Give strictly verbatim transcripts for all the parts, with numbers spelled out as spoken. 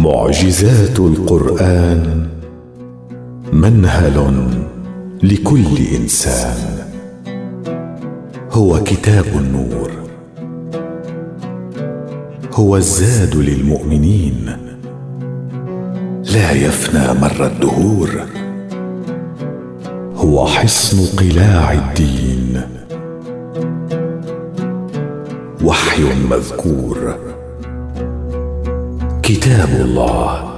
معجزات القرآن منهل لكل إنسان. هو كتاب النور، هو الزاد للمؤمنين، لا يفنى مر الدهور. هو حصن قلاع الدين، وحي مذكور، كتاب الله.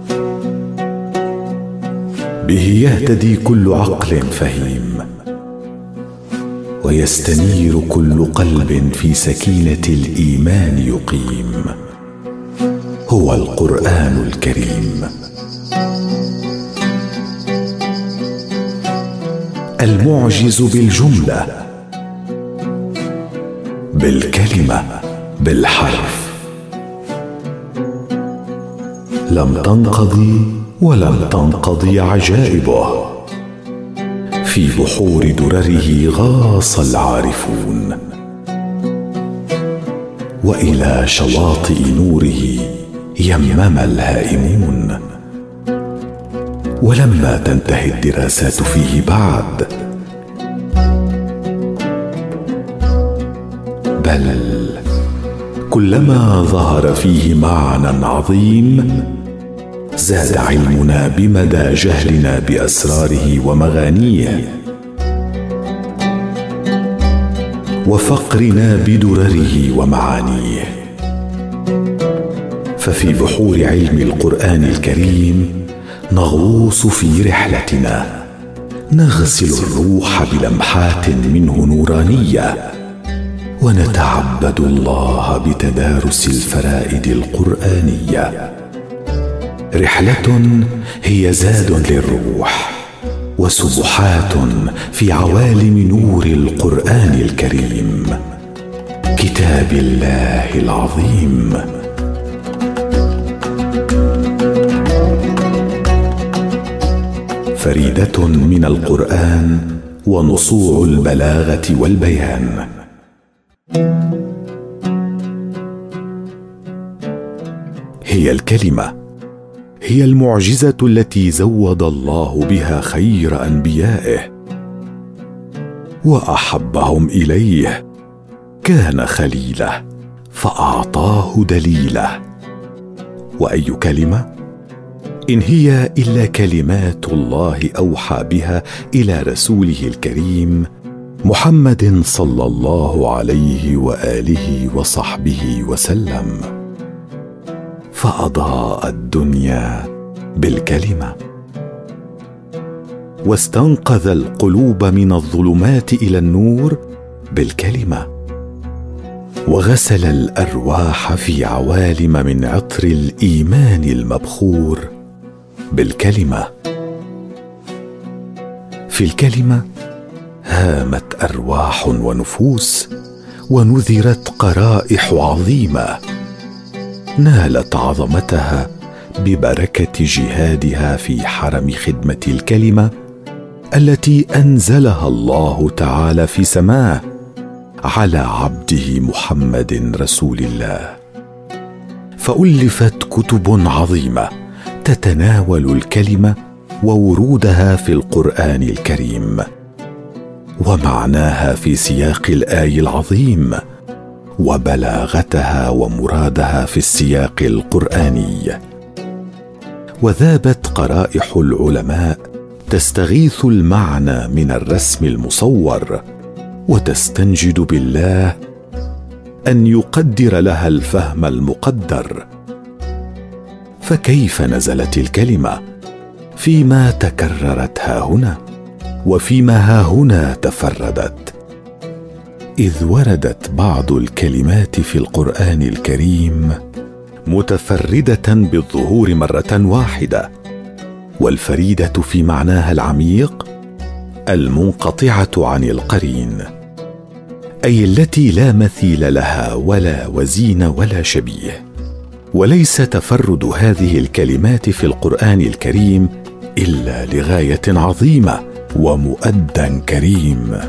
به يهتدي كل عقل فهيم، ويستنير كل قلب في سكينة الإيمان يقيم. هو القرآن الكريم، المعجز بالجملة، بالكلمة، بالحرف. لم تنقضي ولم تنقضي عجائبه، في بحور درره غاص العارفون، وإلى شواطئ نوره يمم الهائمون. ولما تنتهي الدراسات فيه بعد، بل كلما ظهر فيه معنى عظيم زاد علمنا بمدى جهلنا بأسراره ومغانيه، وفقرنا بدرره ومعانيه. ففي بحور علم القرآن الكريم نغوص في رحلتنا، نغسل الروح بلمحات منه نورانية، ونتعبد الله بتدارس الفرائد القرآنية. رحلة هي زاد للروح، وسبحات في عوالم نور القرآن الكريم، كتاب الله العظيم. فريدة من القرآن ونصوع البلاغة والبيان. هي الكلمة، هي المعجزة التي زود الله بها خير أنبيائه وأحبهم إليه. كان خليله فأعطاه دليله. وأي كلمة؟ إن هي إلا كلمات الله أوحى بها إلى رسوله الكريم محمد صلى الله عليه وآله وصحبه وسلم. فأضاء الدنيا بالكلمة، واستنقذ القلوب من الظلمات إلى النور بالكلمة، وغسل الأرواح في عوالم من عطر الإيمان المبخور بالكلمة. في الكلمة هامت أرواح ونفوس، ونذرت قرائح عظيمة نالت عظمتها ببركة جهادها في حرم خدمة الكلمة التي أنزلها الله تعالى في سماه على عبده محمد رسول الله. فألفت كتب عظيمة تتناول الكلمة وورودها في القرآن الكريم، ومعناها في سياق الآي العظيم، وبلاغتها ومرادها في السياق القرآني. وذابت قرائح العلماء تستغيث المعنى من الرسم المصور، وتستنجد بالله أن يقدر لها الفهم المقدر. فكيف نزلت الكلمة فيما تكررت هاهنا، وفيما هاهنا تفردت؟ إذ وردت بعض الكلمات في القرآن الكريم متفردة بالظهور مرة واحدة، والفريدة في معناها العميق المنقطعة عن القرين، أي التي لا مثيل لها ولا وزين ولا شبيه. وليس تفرد هذه الكلمات في القرآن الكريم إلا لغاية عظيمة ومؤدى كريم.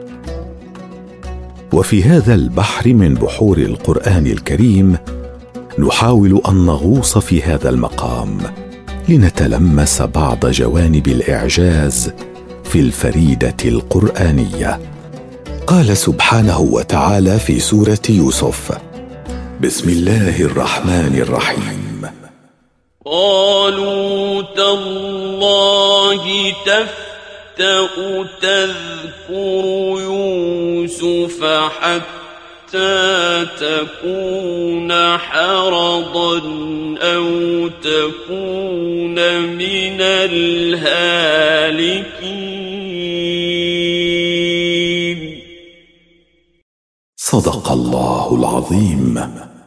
وفي هذا البحر من بحور القرآن الكريم نحاول أن نغوص في هذا المقام لنتلمس بعض جوانب الإعجاز في الفريدة القرآنية. قال سبحانه وتعالى في سورة يوسف: بسم الله الرحمن الرحيم: قالوا تالله تفتأ تذكر يوسف حتى تكون حرضا أو تكون من الهالكين. صدق الله العظيم.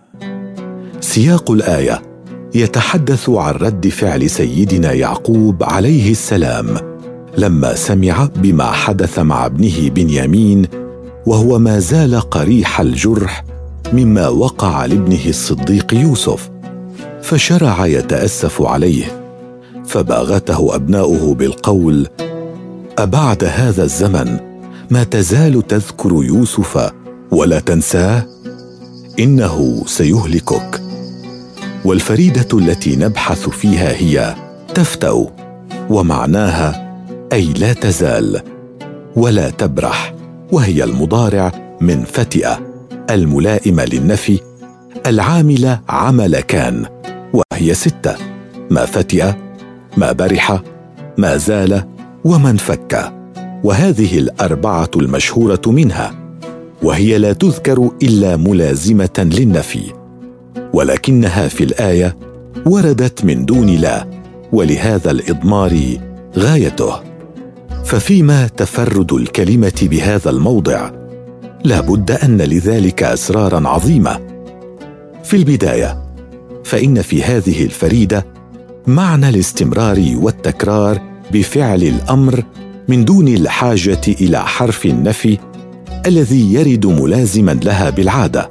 سياق الآية يتحدث عن رد فعل سيدنا يعقوب عليه السلام لما سمع بما حدث مع ابنه بنيامين، وهو ما زال قريح الجرح مما وقع لابنه الصديق يوسف، فشرع يتأسف عليه، فباغته أبناؤه بالقول: أبعد هذا الزمن ما تزال تذكر يوسف ولا تنساه؟ إنه سيهلكك. والفريدة التي نبحث فيها هي تفتأ، ومعناها أي لا تزال ولا تبرح، وهي المضارع من فتئة الملائمة للنفي العاملة عمل كان، وهي ستة: ما فتئ، ما برح، ما زال، وما انفك. وهذه الأربعة المشهورة منها، وهي لا تذكر إلا ملازمة للنفي، ولكنها في الآية وردت من دون لا، ولهذا الإضمار غايته. ففيما تفرد الكلمة بهذا الموضع لا بد أن لذلك أسرارا عظيمة. في البداية فإن في هذه الفريدة معنى الاستمرار والتكرار بفعل الأمر من دون الحاجة إلى حرف النفي الذي يرد ملازما لها بالعادة،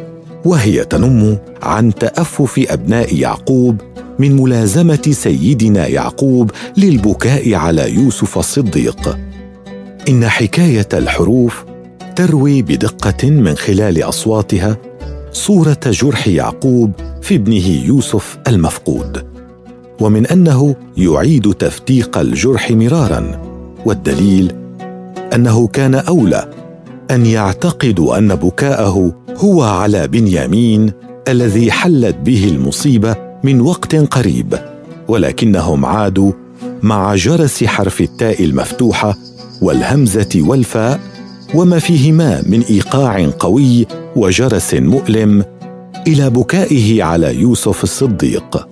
وهي تنم عن تأفف أبناء يعقوب من ملازمة سيدنا يعقوب للبكاء على يوسف الصديق. إن حكاية الحروف تروي بدقة من خلال أصواتها صورة جرح يعقوب في ابنه يوسف المفقود، ومن أنه يعيد تفتيق الجرح مرارا، والدليل أنه كان أولى أن يعتقدوا أن بكاءه هو على بنيامين الذي حلت به المصيبة من وقت قريب، ولكنهم عادوا مع جرس حرف التاء المفتوحة والهمزة والفاء وما فيهما من إيقاع قوي وجرس مؤلم إلى بكائه على يوسف الصديق.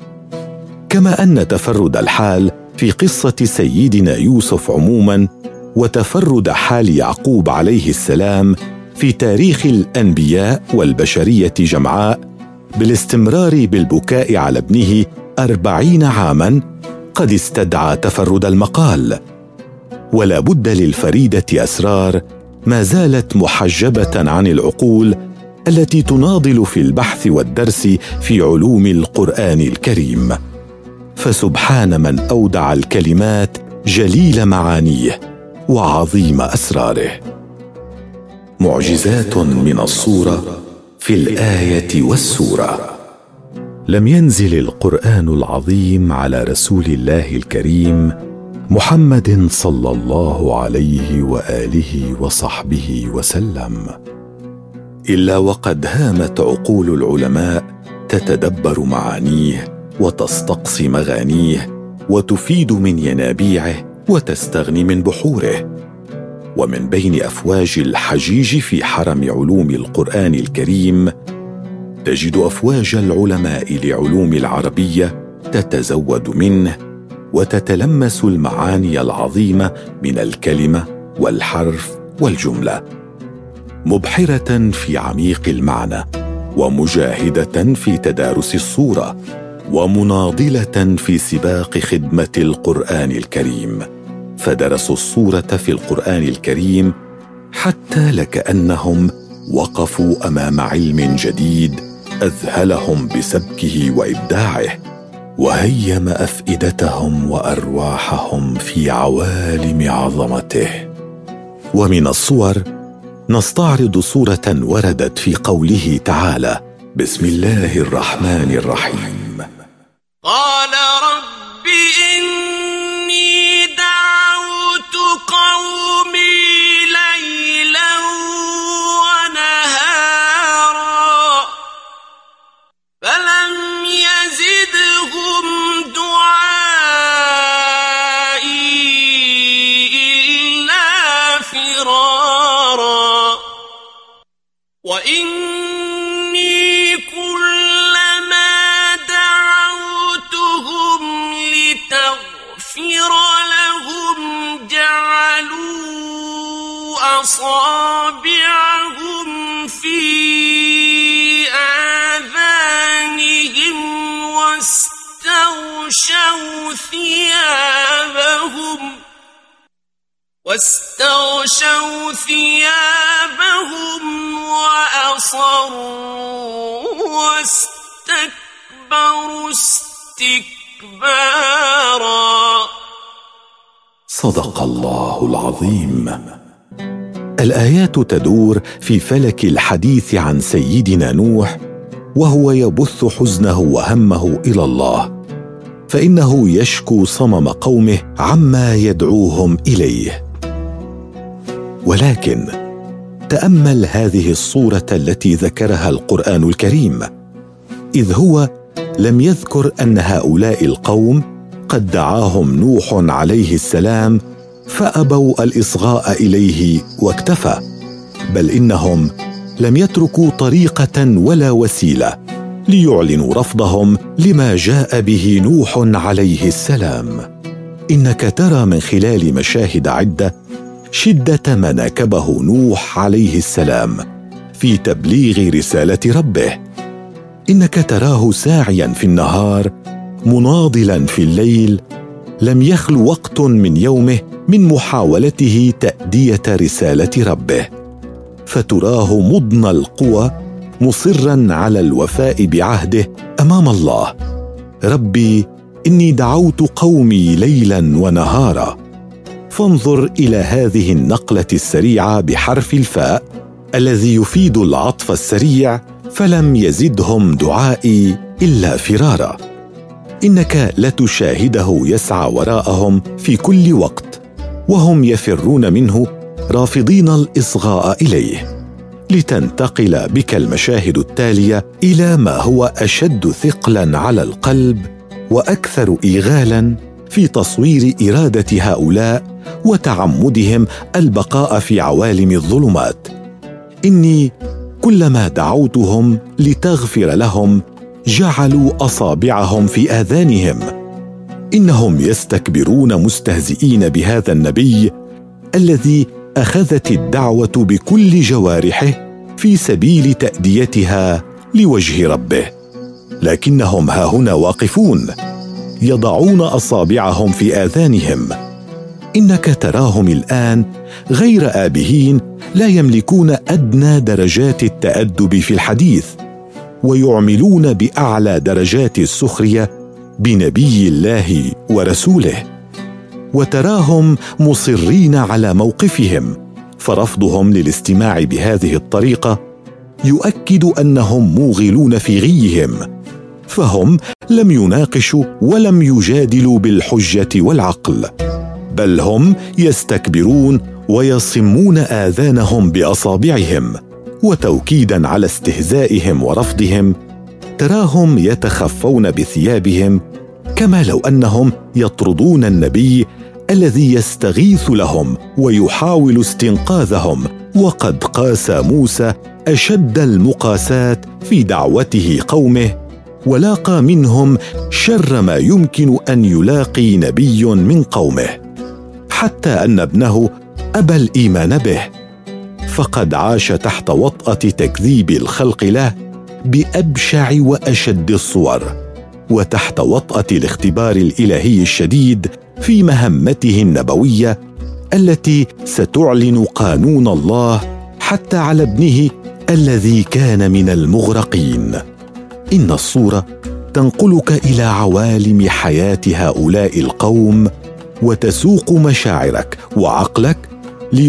كما أن تفرد الحال في قصة سيدنا يوسف عموما وتفرد حال يعقوب عليه السلام في تاريخ الأنبياء والبشرية جمعاء بالاستمرار بالبكاء على ابنه أربعين عاما قد استدعى تفرد المقال. ولا بد للفريدة أسرار ما زالت محجبة عن العقول التي تناضل في البحث والدرس في علوم القرآن الكريم. فسبحان من أودع الكلمات جليل معانيه وعظيم أسراره. معجزات من الصورة في الآية والسورة. لم ينزل القرآن العظيم على رسول الله الكريم محمد صلى الله عليه وآله وصحبه وسلم إلا وقد هامت عقول العلماء تتدبر معانيه وتستقصي مغانيه وتفيد من ينابيعه وتستغني من بحوره. ومن بين أفواج الحجيج في حرم علوم القرآن الكريم تجد أفواج العلماء لعلوم العربية تتزود منه وتتلمس المعاني العظيمة من الكلمة والحرف والجملة، مبحرة في عميق المعنى ومجاهدة في تدارس الصورة ومناضلة في سباق خدمة القرآن الكريم. فدرسوا الصورة في القرآن الكريم حتى لكأنهم وقفوا أمام علم جديد أذهلهم بسبكه وإبداعه، وهيم أفئدتهم وأرواحهم في عوالم عظمته. ومن الصور نستعرض صورة وردت في قوله تعالى: بسم الله الرحمن الرحيم. قال رب إني دعوت قومي ليلا ونهارا فلم يزدهم دعائي إلا فرارا وإني كلما دعوتهم لتغفر لهم جعلوا أصابعهم في آذانهم واستغشوا ثيابهم واستغشوا ثيابهم وأصروا واستكبروا استكبارا. صدق الله العظيم. الآيات تدور في فلك الحديث عن سيدنا نوح وهو يبث حزنه وهمه إلى الله، فإنه يشكو صمم قومه عما يدعوهم إليه. ولكن تأمل هذه الصورة التي ذكرها القرآن الكريم، إذ هو لم يذكر أن هؤلاء القوم قد دعاهم نوح عليه السلام فأبوا الإصغاء إليه واكتفى، بل إنهم لم يتركوا طريقة ولا وسيلة ليعلنوا رفضهم لما جاء به نوح عليه السلام. إنك ترى من خلال مشاهد عدة شدة ما ناكبه نوح عليه السلام في تبليغ رسالة ربه. إنك تراه ساعيا في النهار مناضلا في الليل، لم يخل وقت من يومه من محاولته تأدية رسالة ربه، فتراه مضنى القوى مصرا على الوفاء بعهده أمام الله. ربي إني دعوت قومي ليلا ونهارا. فانظر إلى هذه النقلة السريعة بحرف الفاء الذي يفيد العطف السريع، فلم يزدهم دعائي إلا فرارا. إنك لتشاهده يسعى وراءهم في كل وقت وهم يفرون منه رافضين الإصغاء إليه، لتنتقل بك المشاهد التالية إلى ما هو أشد ثقلا على القلب وأكثر إيغالا في تصوير إرادة هؤلاء وتعمدهم البقاء في عوالم الظلمات. إني كلما دعوتهم لتغفر لهم جعلوا أصابعهم في آذانهم. إنهم يستكبرون مستهزئين بهذا النبي الذي أخذت الدعوة بكل جوارحه في سبيل تأديتها لوجه ربه، لكنهم ها هنا واقفون يضعون أصابعهم في آذانهم. إنك تراهم الآن غير آبهين، لا يملكون أدنى درجات التأدب في الحديث، ويعملون بأعلى درجات السخرية بنبي الله ورسوله. وتراهم مصرين على موقفهم، فرفضهم للاستماع بهذه الطريقة يؤكد أنهم موغلون في غيهم، فهم لم يناقشوا ولم يجادلوا بالحجة والعقل، بل هم يستكبرون ويصمون آذانهم بأصابعهم. وتوكيدا على استهزائهم ورفضهم تراهم يتخفون بثيابهم، كما لو أنهم يطردون النبي الذي يستغيث لهم ويحاول استنقاذهم، وقد قاسى موسى أشد المقاسات في دعوته قومه، ولاقى منهم شر ما يمكن أن يلاقي نبي من قومه، حتى أن ابنه أبى الإيمان به، فقد عاش تحت وطأة تكذيب الخلق له بأبشع وأشد الصور، وتحت وطأة الاختبار الإلهي الشديد في مهمته النبوية التي ستعلن قانون الله حتى على ابنه الذي كان من المغرقين. إن الصورة تنقلك إلى عوالم حياة هؤلاء القوم وتسوق مشاعرك وعقلك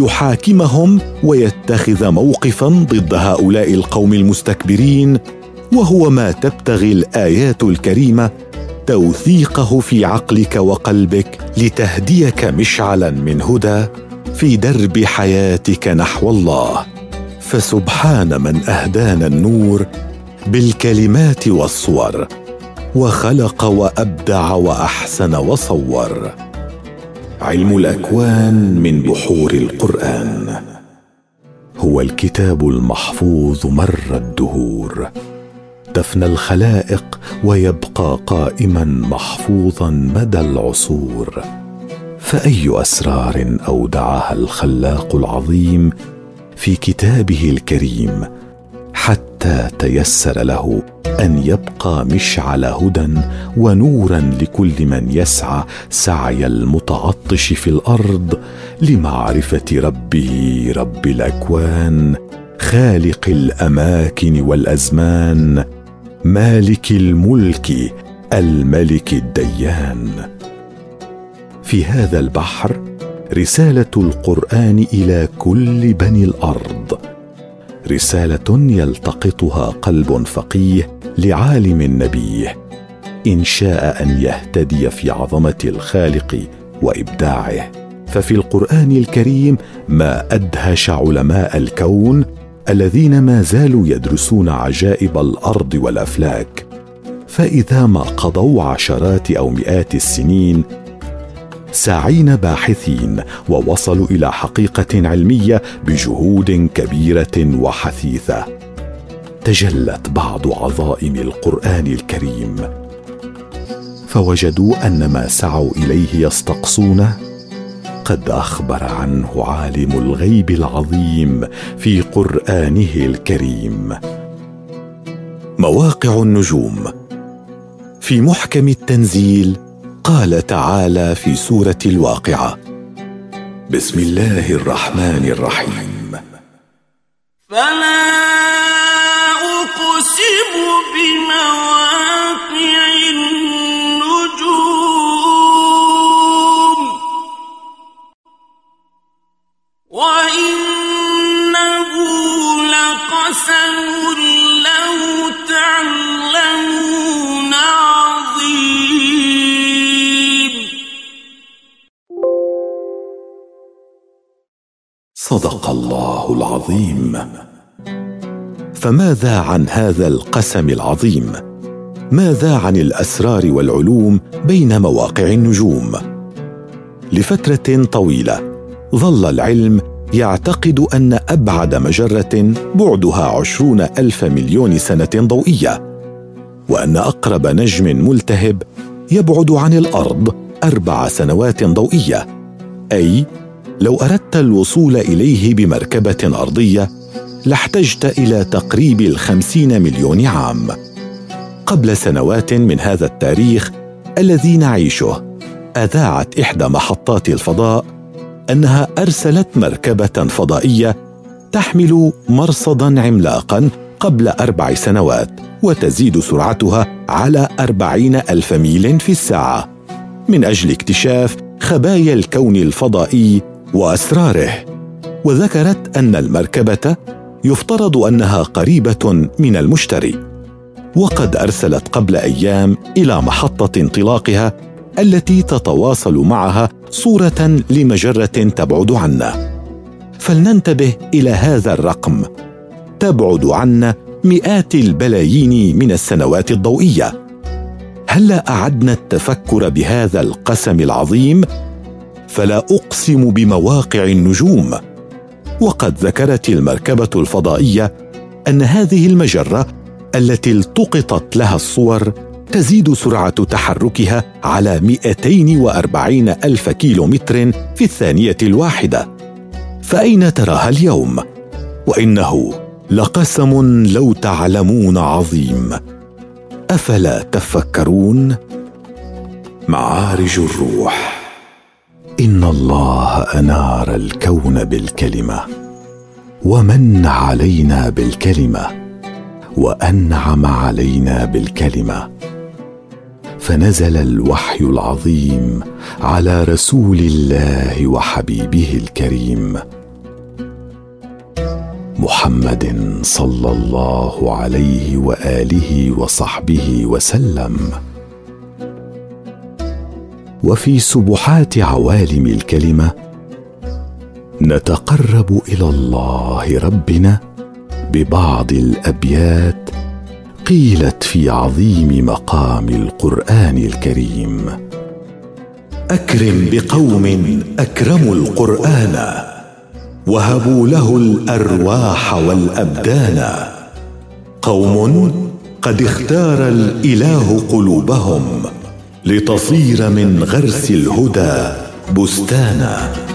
ليحاكمهم ويتخذ موقفا ضد هؤلاء القوم المستكبرين وهو ما تبتغي الآيات الكريمة توثيقه في عقلك وقلبك لتهديك مشعلا من هدى في درب حياتك نحو الله. فسبحان من أهدانا النور بالكلمات والصور، وخلق وأبدع وأحسن وصور. علم الأكوان من بحور القرآن هو الكتاب المحفوظ مر الدهور، تفنى الخلائق ويبقى قائما محفوظا مدى العصور. فأي أسرار أودعها الخلاق العظيم في كتابه الكريم حتى تيسر له أن يبقى مشعل هدى ونورا لكل من يسعى سعي المتعطش في الأرض لمعرفة ربه رب الأكوان، خالق الأماكن والأزمان، مالك الملك الملك الديان. في هذا البحر رسالة القرآن إلى كل بني الأرض، رسالة يلتقطها قلب فقيه لعالم نبيه إن شاء أن يهتدي في عظمة الخالق وإبداعه. ففي القرآن الكريم ما أدهش علماء الكون الذين ما زالوا يدرسون عجائب الأرض والأفلاك، فإذا ما قضوا عشرات أو مئات السنين ساعين باحثين ووصلوا إلى حقيقة علمية بجهود كبيرة وحثيثة، تجلت بعض عظائم القرآن الكريم، فوجدوا أن ما سعوا إليه يستقصونه قد أخبر عنه عالم الغيب العظيم في قرآنه الكريم. مواقع النجوم. في محكم التنزيل قال تعالى في سورة الواقعة: بسم الله الرحمن الرحيم. فلا أقسم بمواقع النجوم وإنه لقسم لو تعلمون عظيم. صدق الله العظيم. فماذا عن هذا القسم العظيم؟ ماذا عن الأسرار والعلوم بين مواقع النجوم؟ لفترة طويلة ظل العلم يعتقد أن أبعد مجرة بعدها عشرون ألف مليون سنة ضوئية، وأن أقرب نجم ملتهب يبعد عن الأرض أربع سنوات ضوئية، أي لو أردت الوصول إليه بمركبة أرضية لاحتجت إلى تقريب الخمسين مليون عام. قبل سنوات من هذا التاريخ الذي نعيشه، أذاعت إحدى محطات الفضاء أنها أرسلت مركبة فضائية تحمل مرصداً عملاقاً قبل أربع سنوات، وتزيد سرعتها على أربعين ألف ميل في الساعة، من أجل اكتشاف خبايا الكون الفضائي وأسراره. وذكرت أن المركبة يفترض أنها قريبة من المشتري، وقد أرسلت قبل أيام إلى محطة انطلاقها التي تتواصل معها صورة لمجرة تبعد عنا. فلننتبه إلى هذا الرقم، تبعد عنا مئات البلايين من السنوات الضوئية. هل أعدنا التفكر بهذا القسم العظيم؟ فلا أقسم بمواقع النجوم. وقد ذكرت المركبة الفضائية أن هذه المجرة التي التقطت لها الصور تزيد سرعة تحركها على مئتين وأربعين ألف كيلومتر في الثانية الواحدة. فأين تراها اليوم؟ وإنه لقسم لو تعلمون عظيم. أفلا تفكرون؟ معارج الروح. إن الله أنار الكون بالكلمة، ومن علينا بالكلمة، وأنعم علينا بالكلمة، فنزل الوحي العظيم على رسول الله وحبيبه الكريم محمد صلى الله عليه واله وصحبه وسلم. وفي سبحات عوالم الكلمه نتقرب الى الله ربنا ببعض الابيات قيلت في عظيم مقام القرآن الكريم: أكرم بقوم أكرموا القرآن وهبوا له الأرواح والأبدان، قوم قد اختار الإله قلوبهم لتصير من غرس الهدى بستانا.